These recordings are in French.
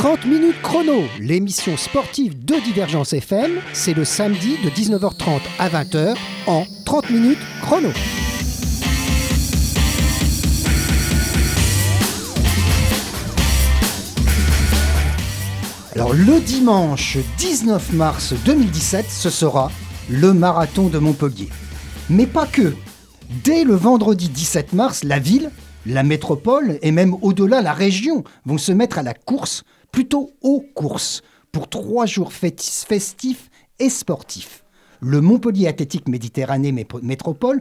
30 minutes chrono, l'émission sportive de Divergence FM, c'est le samedi de 19h30 à 20h en 30 minutes chrono. Alors le dimanche 19 mars 2017, ce sera le marathon de Montpellier. Mais pas que. Dès le vendredi 17 mars, la ville, la métropole et même au-delà la région vont se mettre à la course, plutôt aux courses, pour 3 jours festifs et sportifs. Le Montpellier Athlétique Méditerranée Métropole,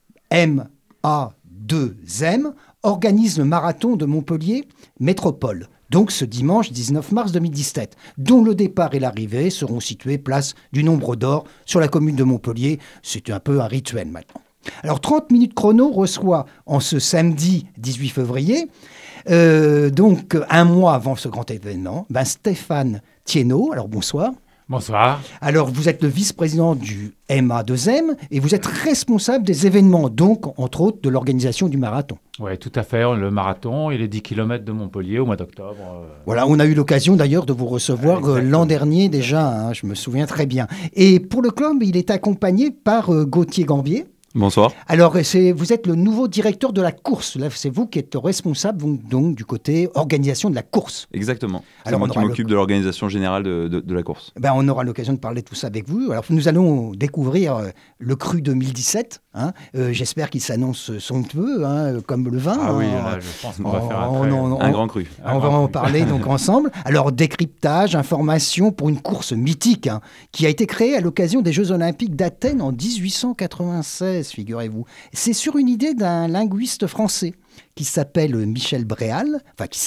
MA2M, organise le marathon de Montpellier Métropole. Donc ce dimanche 19 mars 2017, dont le départ et l'arrivée seront situés place du Nombre d'Or sur la commune de Montpellier. C'est un peu un rituel maintenant. Alors 30 minutes chrono reçoit en ce samedi 18 février, donc un mois avant ce grand événement, Stéphane Thiénot. Alors bonsoir. Bonsoir. Alors vous êtes le vice-président du MA2M et vous êtes responsable des événements, donc entre autres de l'organisation du marathon. Oui, tout à fait. Le marathon et les 10 km de Montpellier au mois d'octobre. Voilà, on a eu l'occasion d'ailleurs de vous recevoir l'an dernier déjà, je me souviens très bien. Et pour le club, il est accompagné par Gauthier Gambier. Bonsoir. Alors, vous êtes le nouveau directeur de la course. Là, c'est vous qui êtes responsable donc, du côté organisation de la course. Exactement. C'est Alors, moi qui m'occupe de l'organisation générale de la course. On aura l'occasion de parler de tout ça avec vous. Alors, nous allons découvrir le cru 2017. J'espère qu'il s'annonce somptueux, comme le vin. Ah oui, là, je pense qu'on va faire un grand cru. On va en parler donc ensemble. Alors, décryptage, information pour une course mythique qui a été créée à l'occasion des Jeux Olympiques d'Athènes en 1896. Figurez-vous. C'est sur une idée d'un linguiste français qui s'appelait Michel Bréal,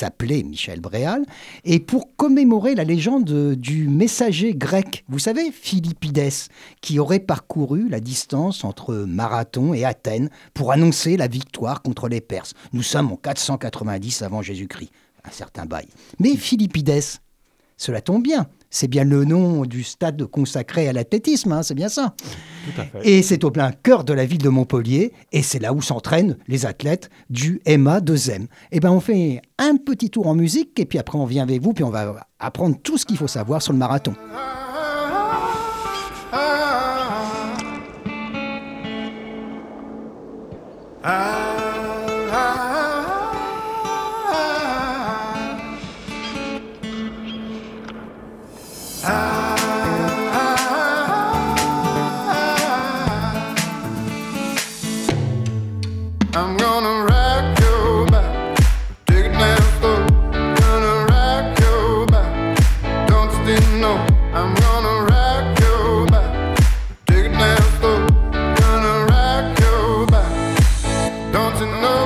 et pour commémorer la légende du messager grec, vous savez, Philippides, qui aurait parcouru la distance entre Marathon et Athènes pour annoncer la victoire contre les Perses. Nous sommes en 490 avant Jésus-Christ, un certain bail. Mais Philippides, cela tombe bien. C'est bien le nom du stade consacré à l'athlétisme, c'est bien ça. Tout à fait. Et c'est au plein cœur de la ville de Montpellier, et c'est là où s'entraînent les athlètes du MA2M. On fait un petit tour en musique, et puis après on vient avec vous, puis on va apprendre tout ce qu'il faut savoir sur le marathon. I'm gonna rock your back, take it down slow. Gonna rock your back, don't you didn't know. I'm gonna rock your back, take it down slow. Gonna rock your back, don't you know.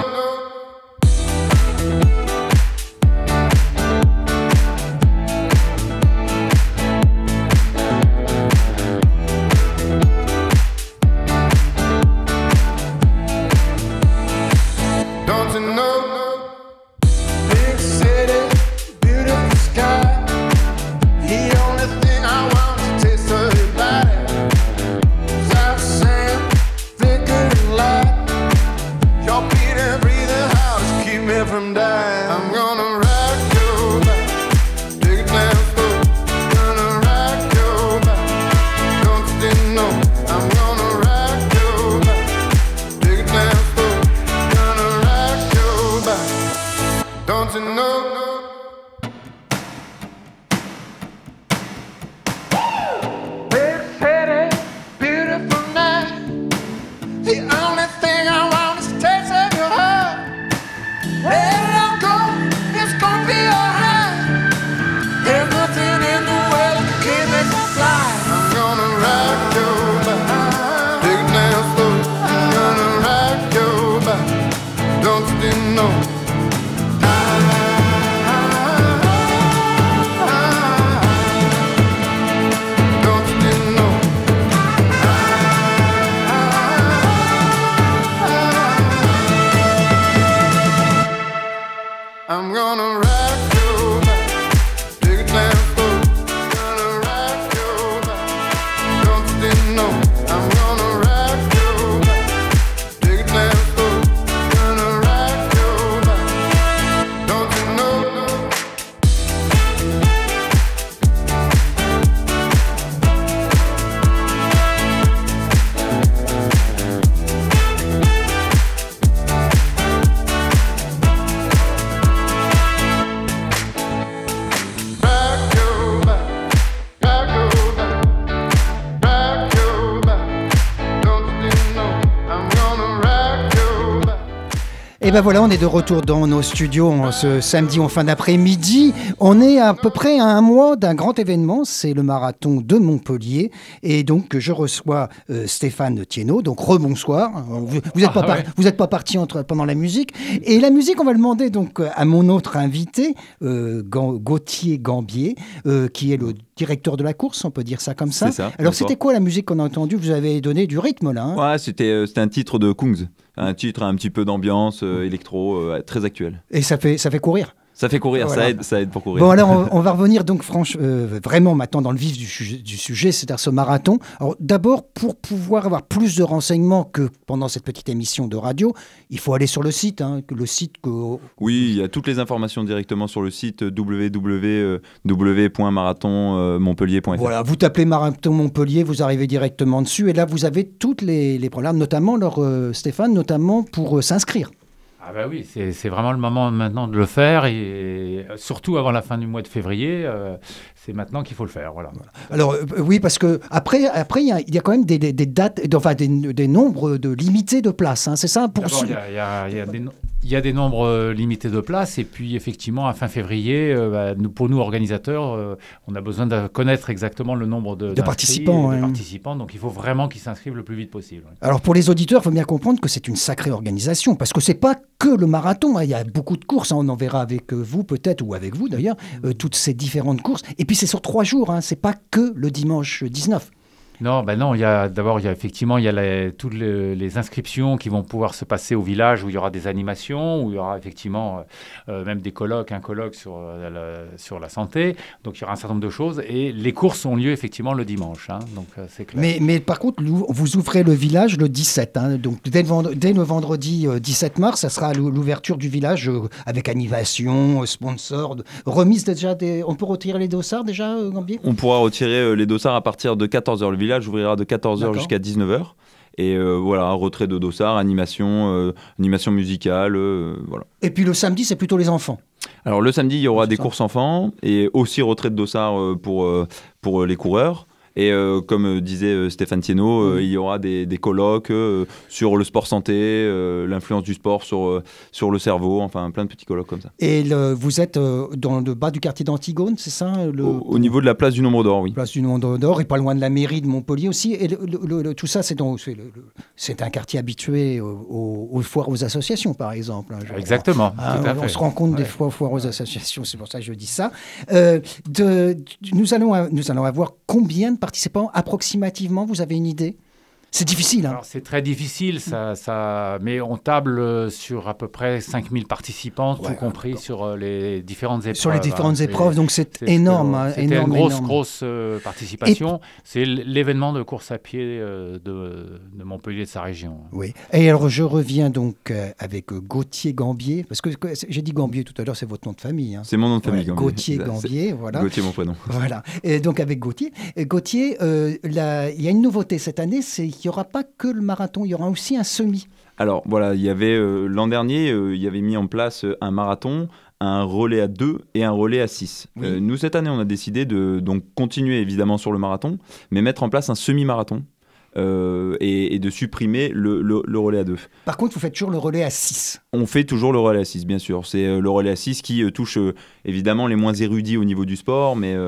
Et ben voilà, on est de retour dans nos studios ce samedi en fin d'après-midi. On est à peu près à un mois d'un grand événement, c'est le marathon de Montpellier. Et donc je reçois Stéphane Thiénot, donc rebonsoir. Vous n'êtes pas parti pendant la musique. Et la musique, on va le demander donc à mon autre invité, Gauthier Gambier, qui est le directeur de la course, on peut dire ça comme ça. C'est ça. Alors c'était quoi la musique qu'on a entendue? Vous avez donné du rythme là. Hein. Ouais, c'était un titre de Kungs. Un titre un petit peu d'ambiance électro, très actuel. Et ça fait courir. Ça fait courir, voilà. ça aide pour courir. Bon, alors on va revenir donc vraiment maintenant dans le vif du sujet, c'est-à-dire ce marathon. Alors d'abord, pour pouvoir avoir plus de renseignements que pendant cette petite émission de radio, il faut aller sur le site. Oui, il y a toutes les informations directement sur le site www.marathonmontpellier.fr. Voilà, vous tapez Marathon Montpellier, vous arrivez directement dessus, et là vous avez toutes les programmes, notamment, Stéphane, notamment pour s'inscrire. Ah bah oui, c'est vraiment le moment maintenant de le faire, et surtout avant la fin du mois de février, c'est maintenant qu'il faut le faire. Voilà. Alors oui, parce que après il y a quand même des dates, enfin des nombres limités de places, hein, c'est ça pour il y a des nombres limités de places, et puis effectivement à fin février, pour nous organisateurs, on a besoin de connaître exactement le nombre de participants, donc il faut vraiment qu'ils s'inscrivent le plus vite possible. Ouais. Alors pour les auditeurs, il faut bien comprendre que c'est une sacrée organisation, parce que c'est pas que le marathon, hein, il y a beaucoup de courses, hein, on en verra avec vous peut-être, ou avec vous d'ailleurs, toutes ces différentes courses, et puis c'est sur 3 jours, hein, c'est pas que le dimanche 19. Non, il y a effectivement toutes les inscriptions qui vont pouvoir se passer au village, où il y aura des animations, où il y aura effectivement même un colloque sur la santé. Donc il y aura un certain nombre de choses, et les courses ont lieu effectivement le dimanche. Hein, donc c'est clair. Mais par contre, vous ouvrez le village le 17. Hein, donc dès le vendredi 17 mars, ça sera l'ouverture du village avec animation, sponsor, remise déjà on peut retirer les dossards déjà, Gambier ? On pourra retirer les dossards à partir de 14h. Le village ouvrira de 14h jusqu'à 19h. Et voilà, retrait de dossards, animation musicale, voilà. Et puis le samedi, c'est plutôt les enfants. Alors le samedi, il y aura des courses enfants et aussi retrait de dossards pour les coureurs. Et comme disait Stéphane Thiénot, il y aura des colloques sur le sport santé, l'influence du sport sur le cerveau, enfin plein de petits colloques comme ça. Et vous êtes dans le bas du quartier d'Antigone, c'est ça au niveau de la place du Nombre d'Or, oui. Place du Nombre d'Or, et pas loin de la mairie de Montpellier aussi. Et tout ça, c'est un quartier habitué aux foires aux associations, par exemple. Hein, exactement. Tout à fait. On se rencontre des fois aux foires aux associations, c'est pour ça que je dis ça. Nous allons avoir combien de participants approximativement, vous avez une idée? C'est difficile. Hein. Alors, c'est très difficile, mais on table sur à peu près 5000 participants, tout compris sur les différentes épreuves. Sur les différentes épreuves, donc c'est énorme. C'était une grosse participation. C'est l'événement de course à pied de Montpellier, de sa région. Oui. Et alors, je reviens donc avec Gauthier Gambier, parce que j'ai dit Gambier tout à l'heure, c'est votre nom de famille. Hein. C'est mon nom de famille. Gauthier Gambier, voilà. Gauthier, mon prénom. Voilà. Et donc avec Gauthier, il y a une nouveauté cette année, c'est qu'il n'y aura pas que le marathon, il y aura aussi un semi. Alors voilà, il y avait l'an dernier, il y avait mis en place un marathon, un relais à 2 et un relais à 6. Oui. Nous, cette année, on a décidé de donc continuer évidemment sur le marathon, mais mettre en place un semi-marathon. Et de supprimer le relais à 2. Par contre, vous faites toujours le relais à 6. On fait toujours le relais à 6, bien sûr. C'est le relais à 6 qui touche évidemment les moins érudits au niveau du sport, mais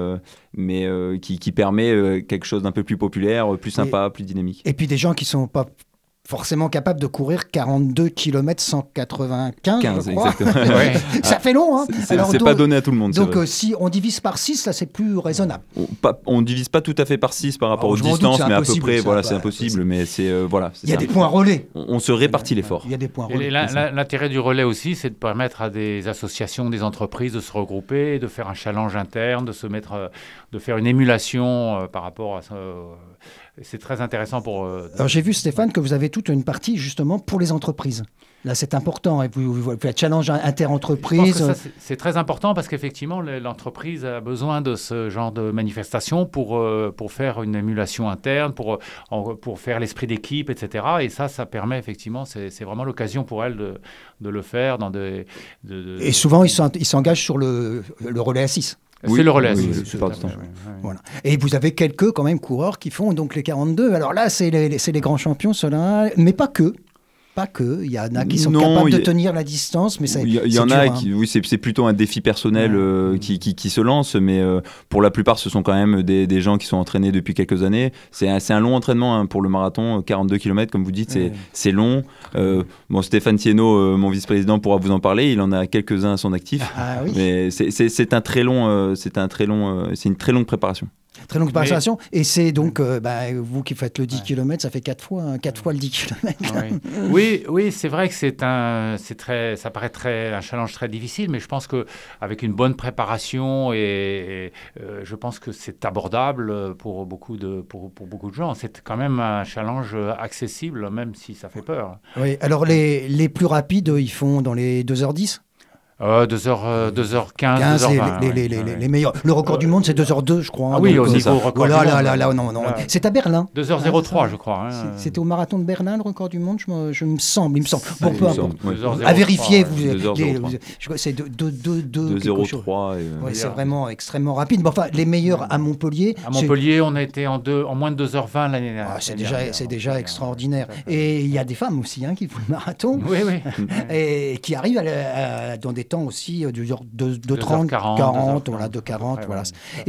qui permet quelque chose d'un peu plus populaire, plus sympa, plus dynamique. Et puis des gens qui ne sont pas forcément capable de courir 42 km 195, 15, je crois. Exactement. Ouais. Ça fait long, hein. C'est pas donné à tout le monde. Donc si on divise par 6, là, c'est plus raisonnable. On divise pas tout à fait par 6 par rapport aux distances, mais à peu près, voilà, c'est impossible. Mais voilà. Il y a des points relais. On se répartit l'effort. Il y a des points relais. L'intérêt du relais aussi, c'est de permettre à des associations, des entreprises de se regrouper, de faire un challenge interne, de faire une émulation par rapport à ça. C'est très intéressant pour... Alors j'ai vu, Stéphane, que vous avez toute une partie justement pour les entreprises. Là, c'est important. Et vous faites challenge inter-entreprise. C'est très important parce qu'effectivement, l'entreprise a besoin de ce genre de manifestation pour faire une émulation interne, pour faire l'esprit d'équipe, etc. Et ça permet effectivement, c'est vraiment l'occasion pour elle de le faire. Et souvent, ils s'engagent sur le relais à 6. C'est le relais. Oui, voilà. Et vous avez quelques quand même coureurs qui font donc les 42. Alors là, c'est les grands champions, ceux-là, mais pas que. pas que. Il y en a qui sont Non, capables il y de a- tenir la distance, mais Il y en dur, a hein. qui, oui, c'est plutôt un défi personnel qui se lance, mais pour la plupart, ce sont quand même des gens qui sont entraînés depuis quelques années. C'est un long entraînement hein, pour le marathon, 42 km, comme vous dites, c'est long. Bon, Stéphane Thienot, mon vice-président, pourra vous en parler. Il en a quelques-uns à son actif, Ah oui. mais c'est une très longue préparation. Très longue préparation. Et c'est donc, vous qui faites le 10 km, ça fait 4 fois le 10 km. Oui, c'est vrai que ça paraît un challenge très difficile, mais je pense qu'avec une bonne préparation, je pense que c'est abordable pour beaucoup de gens. C'est quand même un challenge accessible, même si ça fait peur. Oui, alors les plus rapides, ils font dans les 2h10 2h15, 2h20. Les meilleurs. Le record du monde, c'est 2h02, je crois. Ah oui, donc, au niveau record du monde. Non. Là. C'est à Berlin. 2h03, je crois. C'était au marathon de Berlin, le record du monde, il me semble. Bon, peu importe. Ouais. À vérifier, c'est 2h03. C'est vraiment extrêmement rapide. Bon, enfin, les meilleurs à Montpellier. À Montpellier, on a été en moins de 2h20 l'année dernière. C'est déjà extraordinaire. Et il y a des femmes aussi qui font le marathon. Oui. Et qui arrivent dans des temps aussi de 30, 40, voilà, de 40. Voilà.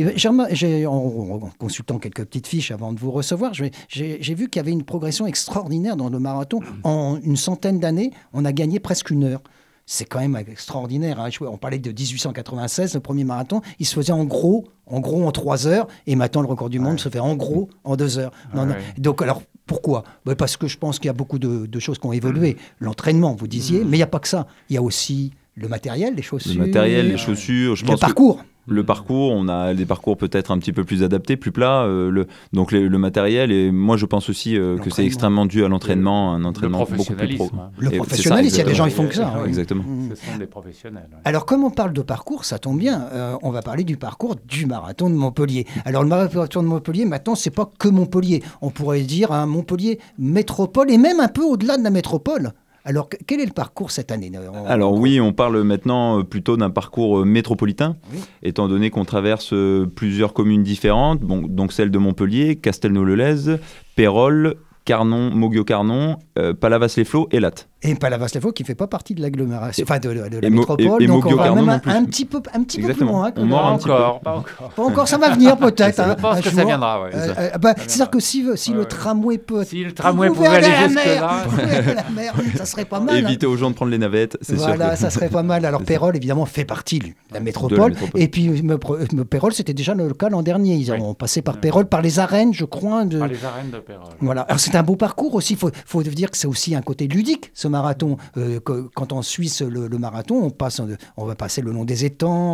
Et en consultant quelques petites fiches avant de vous recevoir, j'ai vu qu'il y avait une progression extraordinaire dans le marathon. En une centaine d'années, on a gagné presque 1 heure. C'est quand même extraordinaire. On parlait de 1896, le premier marathon. Il se faisait en gros en 3 heures. Et maintenant, le record du monde se fait en gros en 2 heures. Donc, alors, pourquoi ? Parce que je pense qu'il y a beaucoup de choses qui ont évolué. L'entraînement, vous disiez, mais il n'y a pas que ça. Il y a aussi le matériel, les chaussures. Les chaussures, je pense. Le parcours. Le parcours, on a des parcours peut-être un petit peu plus adaptés, plus plats. Donc le matériel, et moi je pense aussi que c'est extrêmement dû à l'entraînement, un entraînement beaucoup plus pro. Le professionnalisme, il y a des gens qui font que ça. Exactement. Ce sont des professionnels. Ouais. Alors comme on parle de parcours, ça tombe bien, on va parler du parcours du marathon de Montpellier. Alors le marathon de Montpellier, maintenant, c'est pas que Montpellier. On pourrait dire Montpellier métropole, et même un peu au-delà de la métropole. Alors, quel est le parcours cette année ? Alors oui, on parle maintenant plutôt d'un parcours métropolitain, étant donné qu'on traverse plusieurs communes différentes, donc celle de Montpellier, Castelnau-le-Lez, Pérols, Carnon, Moguio-Carnon, Palavas-les-Flots et Latte. Et Palavas-les-Flots qui ne fait pas partie de l'agglomération, enfin de la métropole, donc on va même un petit peu plus loin. On Pas encore. Pas encore, ça va venir peut-être. Je pense que ça viendra, oui. C'est-à-dire que si le tramway peut... Si le tramway pouvait aller jusque-là... la mer, ça serait pas mal. Éviter aux gens de prendre les navettes, c'est sûr. Voilà, ça serait pas mal. Alors Pérols, évidemment, fait partie de la métropole. Et puis Pérols, c'était déjà le cas l'an dernier. Ils ont passé par Pérols, par les arènes, je crois. Par les arènes de Pérols. Voilà. Alors c'est un beau parcours aussi. Il faut dire que c'est aussi un côté ludique, ce marathon. Quand on suit le marathon, on va passer le long des étangs.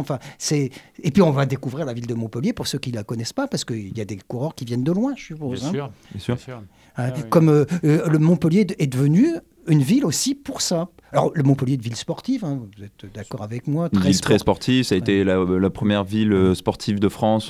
Et puis on va découvrir la ville de Montpellier pour ceux qui ne la connaissent pas, parce qu'il y a des coureurs qui viennent de loin, je suppose. Bien sûr. Comme le Montpellier est devenu une ville aussi pour ça. Alors, le Montpellier est une ville sportive, vous êtes d'accord avec moi. Une ville très sportive, ça a été la première ville sportive de France,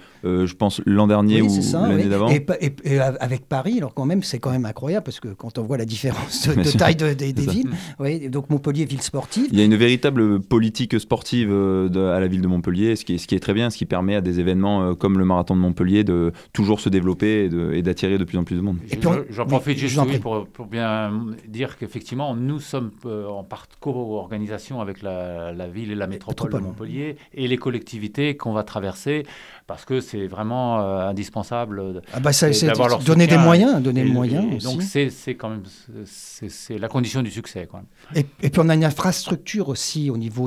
je pense, l'an dernier ou l'année d'avant. Et avec Paris, alors quand même, c'est quand même incroyable, parce que quand on voit la différence de taille des villes, donc Montpellier, ville sportive. Il y a une véritable politique sportive à la ville de Montpellier, ce qui est très bien, ce qui permet à des événements comme le marathon de Montpellier de toujours se développer et d'attirer de plus en plus de monde. J'en profite juste pour bien dire qu'effectivement, nous sommes en co-organisation avec la ville et la métropole de Montpellier et les collectivités qu'on va traverser, parce que c'est vraiment indispensable d'avoir leur donner des moyens, aussi. Donc c'est quand même c'est la condition du succès, quoi. Et puis on a une infrastructure aussi au niveau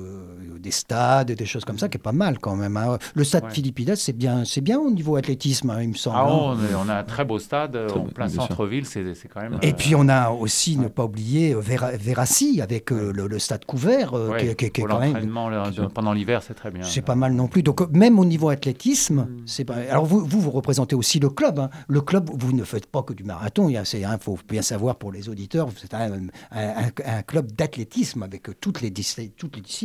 des stades et des choses comme ça qui est pas mal quand même. Le stade Philippides, c'est bien au niveau athlétisme, il me semble. On a un très beau stade en plein centre-ville, c'est quand même. Et puis on a aussi, ne pas oublier, Véracy avec le stade couvert, qui est quand même. L'entraînement pendant l'hiver, c'est très bien. C'est pas mal non plus. Donc même au niveau athlétisme, c'est pas. Alors vous représentez aussi le club. Le club, vous ne faites pas que du marathon. Il faut bien savoir pour les auditeurs, c'est un club d'athlétisme avec toutes les disciplines.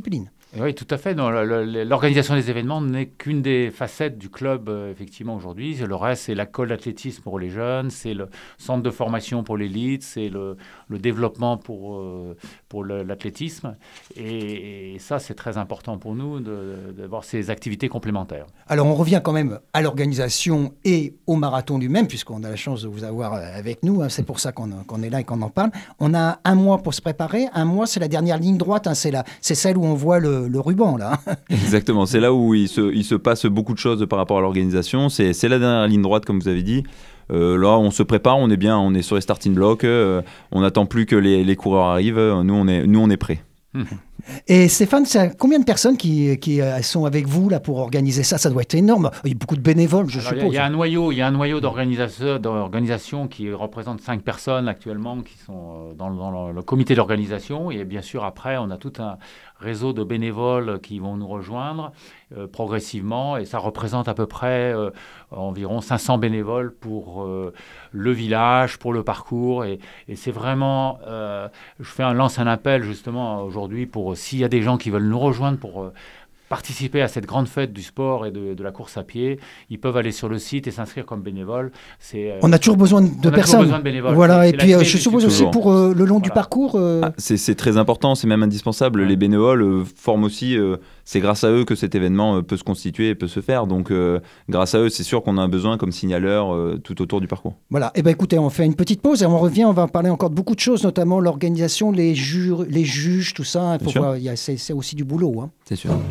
Oui, tout à fait. Non, l'organisation des événements n'est qu'une des facettes du club, effectivement, aujourd'hui. Le reste, c'est l'école d'athlétisme pour les jeunes, c'est le centre de formation pour l'élite, c'est le développement pour l'athlétisme. Et ça, c'est très important pour nous d'avoir ces activités complémentaires. Alors, on revient quand même à l'organisation et au marathon lui-même, puisqu'on a la chance de vous avoir avec nous. Hein, c'est pour ça qu'on est là et qu'on en parle. On a un mois pour se préparer. Un mois, c'est la dernière ligne droite. Hein, c'est celle où on voit le ruban, là. Exactement, c'est là où il se passe beaucoup de choses par rapport à l'organisation. C'est la dernière ligne droite, comme vous avez dit. Là, on se prépare, on est bien, on est sur les starting blocks. On n'attend plus que les coureurs arrivent. Nous, on est prêts. Et Stéphane, c'est combien de personnes qui sont avec vous là pour organiser ça? Ça doit être énorme. Il y a beaucoup de bénévoles, je suppose. Il y a un noyau d'organisation qui représente 5 personnes actuellement qui sont dans le comité d'organisation. Et bien sûr, après, on a tout un réseau de bénévoles qui vont nous rejoindre progressivement. Et ça représente à peu près environ 500 bénévoles pour le village, pour le parcours. Et c'est vraiment... je lance un appel justement aujourd'hui pour s'il y a des gens qui veulent nous rejoindre pour participer à cette grande fête du sport et de la course à pied, ils peuvent aller sur le site et s'inscrire comme bénévoles. On a toujours besoin de personnes. Besoin de bénévoles. Voilà, et puis je suppose aussi pour le long du parcours. C'est très important, c'est même indispensable. Les bénévoles forment aussi, c'est grâce à eux que cet événement peut se constituer et peut se faire. Donc grâce à eux, c'est sûr qu'on a un besoin comme signaleur tout autour du parcours. Voilà, et écoutez, on fait une petite pause et on revient, on va parler encore de beaucoup de choses, notamment l'organisation, les juges, tout ça. Il faut voir, c'est aussi du boulot. Hein. C'est sûr.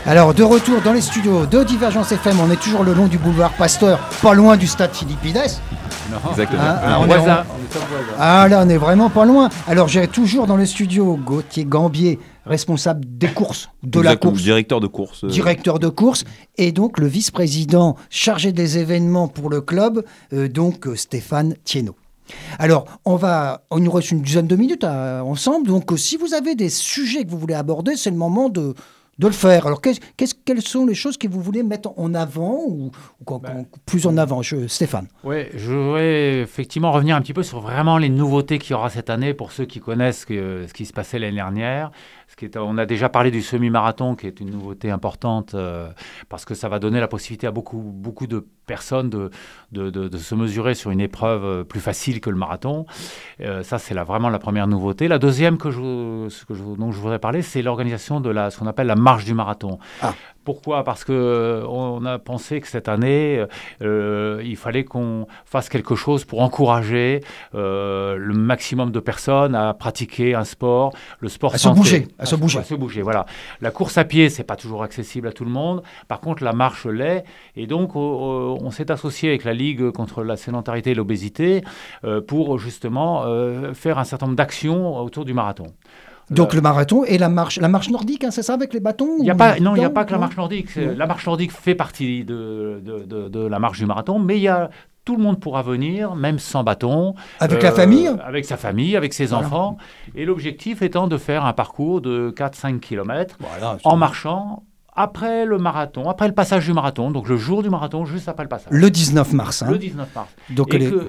Alors, de retour dans les studios de Divergence FM, on est toujours le long du boulevard Pasteur, pas loin du stade Philippides. Non. Exactement. On est Voisins. On est comme voisins. Ah là, on est vraiment pas loin. Alors, j'ai toujours dans le studio Gauthier Gambier, responsable des courses, de la Exactement, course. directeur de course. Directeur de course, et donc le vice-président chargé des événements pour le club, Stéphane Thienot. Alors, il nous reste une dizaine de minutes ensemble, donc si vous avez des sujets que vous voulez aborder, c'est le moment de le faire. Alors, quelles sont les choses que vous voulez mettre en avant ou plus en avant, Stéphane? Oui, je voudrais effectivement revenir un petit peu sur vraiment les nouveautés qu'il y aura cette année pour ceux qui connaissent ce qui se passait l'année dernière. On a déjà parlé du semi-marathon qui est une nouveauté importante parce que ça va donner la possibilité à beaucoup de personnes de se mesurer sur une épreuve plus facile que le marathon. Ça, c'est vraiment la première nouveauté. La deuxième dont je voudrais parler, c'est l'organisation de ce qu'on appelle la marche du marathon. Ah. Pourquoi ? Parce qu'on a pensé que cette année, il fallait qu'on fasse quelque chose pour encourager le maximum de personnes à pratiquer un sport, le sport santé. À se bouger, voilà. La course à pied, c'est pas toujours accessible à tout le monde. Par contre, la marche l'est. Et donc, on s'est associé avec la Ligue contre la sédentarité et l'obésité pour justement faire un certain nombre d'actions autour du marathon. Donc le marathon et la marche nordique, hein, c'est ça, avec les bâtons? Il n'y a pas que la marche nordique. La marche nordique fait partie de la marche du marathon, mais tout le monde pourra venir, même sans bâton. Avec la famille? Avec sa famille, avec ses enfants. Et l'objectif étant de faire un parcours de 4-5 km en marchant après le marathon, après le passage du marathon, donc le jour du marathon, juste après le passage. Le 19 mars. Hein. Le 19 mars. Donc,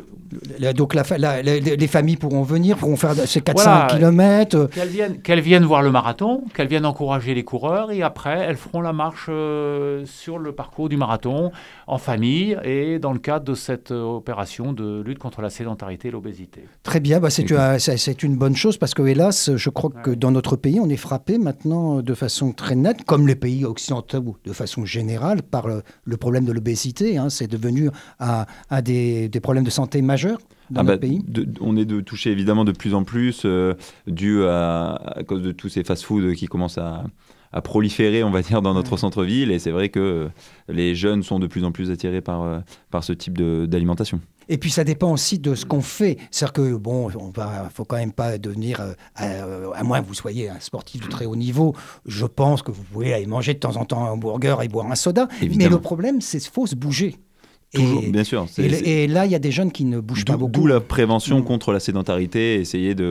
les familles pourront venir, pourront faire ces 400 km. Qu'elles viennent voir le marathon, qu'elles viennent encourager les coureurs, et après, elles feront la marche sur le parcours du marathon, en famille, et dans le cadre de cette opération de lutte contre la sédentarité et l'obésité. Très bien, c'est une bonne chose, parce que hélas, je crois que dans notre pays, on est frappé maintenant de façon très nette, comme les pays occidentaux de façon générale, par le problème de l'obésité. Hein, c'est devenu un des problèmes de santé majeurs dans notre pays. On est touché évidemment de plus en plus dû à cause de tous ces fast-foods qui commencent à proliférer, on va dire, dans notre centre-ville. Et c'est vrai que les jeunes sont de plus en plus attirés par ce type d'alimentation. Et puis ça dépend aussi de ce qu'on fait. C'est-à-dire que, faut quand même pas devenir, à moins que vous soyez un sportif de très haut niveau, je pense que vous pouvez aller manger de temps en temps un hamburger et boire un soda. Évidemment. Mais le problème, c'est qu'il faut se bouger. Toujours, bien sûr. Et là, il y a des jeunes qui ne bougent pas beaucoup. D'où la prévention contre la sédentarité, essayer de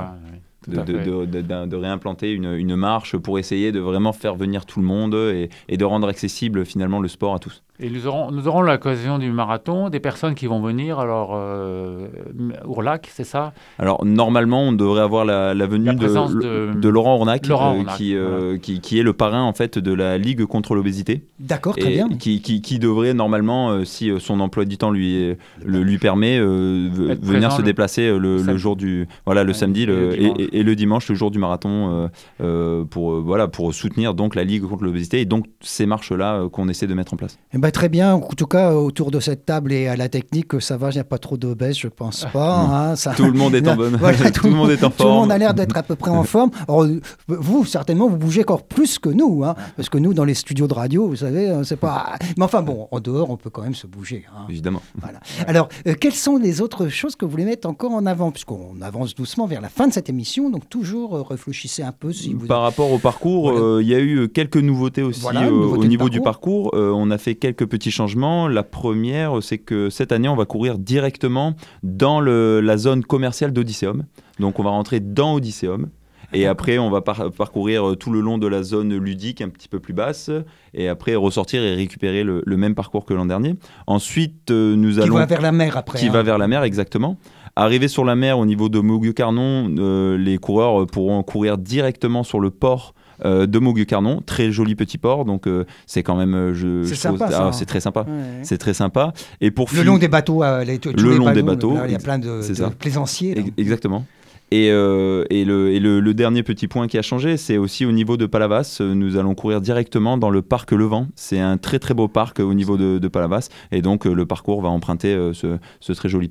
réimplanter une marche pour essayer de vraiment faire venir tout le monde et de rendre accessible finalement le sport à tous. Et nous aurons l'occasion du marathon, des personnes qui vont venir, alors Ourlac, c'est ça? Alors normalement, on devrait avoir la venue de Laurent Ournac, qui est le parrain en fait de la Ligue contre l'obésité. D'accord, très bien. Qui devrait normalement, si son emploi du temps lui permet, venir se déplacer le jour le samedi et le dimanche, le jour du marathon, pour soutenir donc la Ligue contre l'obésité et donc ces marches-là qu'on essaie de mettre en place. Très bien. En tout cas, autour de cette table et à la technique, ça va, il n'y a pas trop d'obèses, je ne pense pas. Tout le monde est en bonne tout le monde est en forme. Tout le monde a l'air d'être à peu près en forme. Alors, vous, certainement, vous bougez encore plus que nous. Parce que nous, dans les studios de radio, vous savez, c'est pas... Mais enfin bon, en dehors, on peut quand même se bouger. Évidemment. Voilà. Alors, quelles sont les autres choses que vous voulez mettre encore en avant? Puisqu'on avance doucement vers la fin de cette émission, donc toujours réfléchissez un peu. Par rapport au parcours, il y a eu quelques nouveautés aussi au niveau du parcours. On a fait quelques petits changements. La première, c'est que cette année, on va courir directement dans la zone commerciale d'Odysseum. Donc, on va rentrer dans Odysseum. Et après, on va parcourir tout le long de la zone ludique, un petit peu plus basse. Et après, ressortir et récupérer le même parcours que l'an dernier. Ensuite, nous allons... Qui va vers la mer après. Qui va vers la mer, exactement. Arrivé sur la mer, au niveau de Mogueux-Carnon, les coureurs pourront courir directement sur le port de Mogueux-Carnon, très joli petit port, donc c'est quand même sympa, c'est très sympa. Ouais. C'est très sympa. Et pour le long des bateaux, des bateaux, il y a plein de plaisanciers. Là. Exactement. Et le dernier petit point qui a changé, c'est aussi au niveau de Palavas. Nous allons courir directement dans le parc Levant. C'est un très très beau parc au niveau de Palavas, et donc le parcours va emprunter ce très joli parc.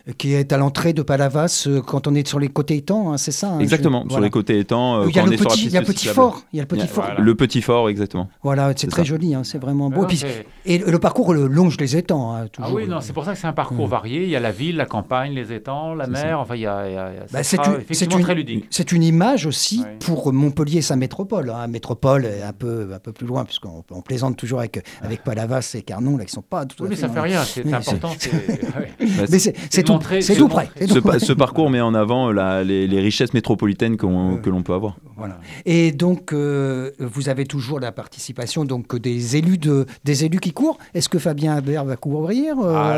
qui est à l'entrée de Palavas quand on est sur les côtés étangs, hein, c'est ça? Exactement, sur voilà. les côtés étangs. Il y a quand on le est sur la petit, piste il y a le petit cyclable. fort. Il y a le petit Ouais, fort. voilà. Le petit fort, exactement. Voilà, c'est C'est très ça. joli, hein, c'est vraiment beau. Non, Puis- c'est- et le parcours longe les étangs, hein, Ah toujours. oui, non, c'est pour ça que c'est un parcours varié. Il y a la ville, la campagne, les étangs, la mer. Enfin, il y a Bah, ça sera effectivement très ludique. C'est une image aussi Oui. pour Montpellier et sa métropole. Hein. Métropole est un peu plus loin, puisqu'on plaisante toujours avec Palavas et Carnon, là, qui ne sont pas tout à Oui, mais fait ça dans- fait rien. C'est Oui, important. ouais. Bah, Mais c'est tout, montrer- c'est c'est tout montrer- près. c'est Ce, tout près. ce parcours met en avant les richesses métropolitaines que l'on peut avoir. Voilà. Et donc, vous avez toujours la participation donc, des élus qui courent. Est-ce que Fabien Habert va courir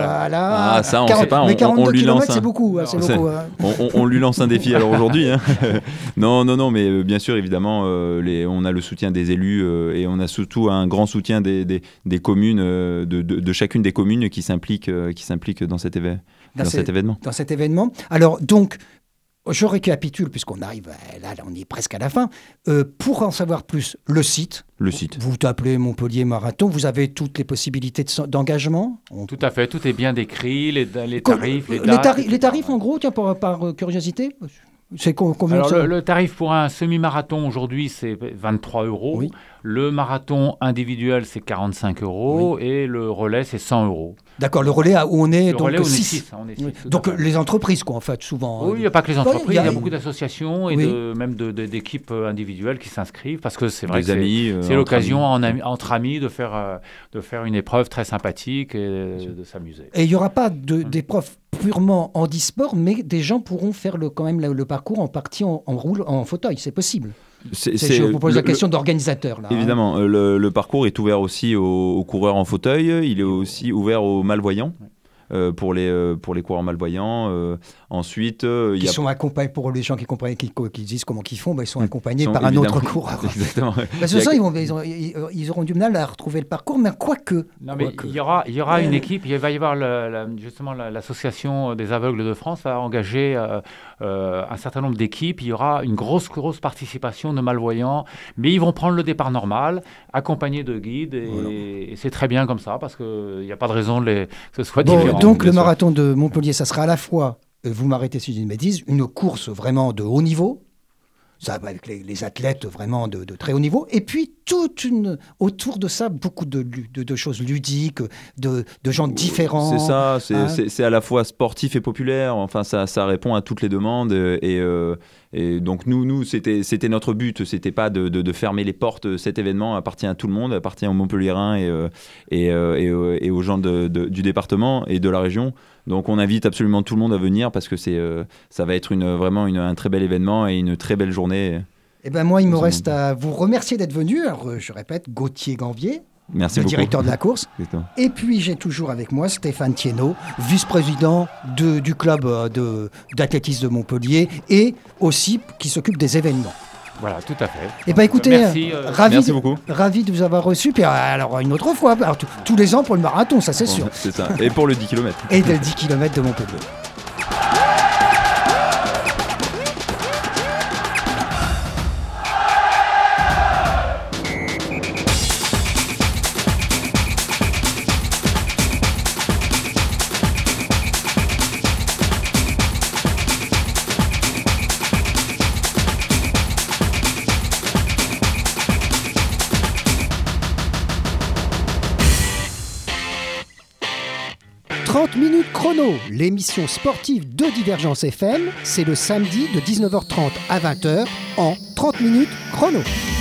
Ça, on ne sait pas. Mais 42 on lui lance km, c'est beaucoup. Non, c'est c'est- beaucoup, hein. On lui lance un défi alors aujourd'hui. Hein. Non, mais bien sûr, évidemment, on a le soutien des élus et on a surtout un grand soutien des communes, de chacune des communes qui s'impliquent dans cet événement. Dans cet événement. Alors, donc, je récapitule, puisqu'on arrive, là, on est presque à la fin. Pour en savoir plus, le site. Le site. Vous tapez Montpellier Marathon, vous avez toutes les possibilités d'engagement. Tout à fait. Tout est bien décrit. Les tarifs, les dates. Les tarifs, en gros, tiens, par curiosité, c'est combien Alors, ça le tarif pour un semi-marathon aujourd'hui, c'est 23 €. Oui. Le marathon individuel, c'est 45 €. Et le relais, c'est 100 €. D'accord, le relais où on est Le donc relais, on est 6. 6. On est six, tout à Donc fait. les entreprises, quoi, en fait, souvent. Oui, il n'y a pas que les entreprises, il y a il y a- beaucoup d'associations et Oui. même d'équipes individuelles qui s'inscrivent parce que c'est vrai Des que amis. c'est l'occasion entre amis de faire une épreuve très sympathique et de s'amuser. Et il n'y aura pas d'épreuve purement handisport, mais des gens pourront faire quand même le parcours en partie en fauteuil, c'est possible. Je vous pose la question d'organisateur. Là, Évidemment, le parcours est ouvert aussi aux coureurs en fauteuil, il est aussi ouvert aux malvoyants. Pour les coureurs malvoyants. Ensuite, il y a... sont accompagnés, pour les gens qui disent comment ils font, ils sont accompagnés Ils sont par un évidemment- autre coureur. Exactement. Parce que ça, ils auront du mal à retrouver le parcours, mais quoique. Non, mais il y aura une équipe, il va y avoir justement l'association des aveugles de France va engager un certain nombre d'équipes, il y aura une grosse participation de malvoyants, mais ils vont prendre le départ normal, accompagnés de guides, et c'est très bien comme ça, parce qu'il n'y a pas de raison que ce soit différent. Donc bien le sûr. marathon de Montpellier, ça sera à la fois, vous m'arrêtez si je dis une bêtise, une course vraiment de haut niveau, ça va avec les athlètes vraiment de très haut niveau, et puis autour de ça, beaucoup de choses ludiques, de gens différents. C'est ça, Hein. c'est à la fois sportif et populaire, enfin ça répond à toutes les demandes et donc nous c'était notre but, c'était pas de fermer les portes, cet événement appartient à tout le monde, appartient aux Montpelliérains et aux gens du département et de la région. Donc on invite absolument tout le monde à venir parce que ça va être vraiment un très bel événement et une très belle journée. Eh ben moi, il me reste à vous remercier d'être venu. Alors, je répète, Gauthier Gambier, Merci le beaucoup. directeur de la course. Exactement. Et puis, j'ai toujours avec moi Stéphane Thienot, vice-président du club d'athlétisme de Montpellier et aussi qui s'occupe des événements. Voilà, tout à fait. Eh ben écoutez, Merci, Merci beaucoup. ravi de vous avoir reçu. Puis alors, une autre fois, alors, tous les ans pour le marathon, ça c'est sûr. C'est ça. Et pour le 10 km. Et de 10 km de Montpellier. « 30 minutes chrono, l'émission sportive de Divergence FM, c'est le samedi de 19h30 à 20h en 30 minutes chrono.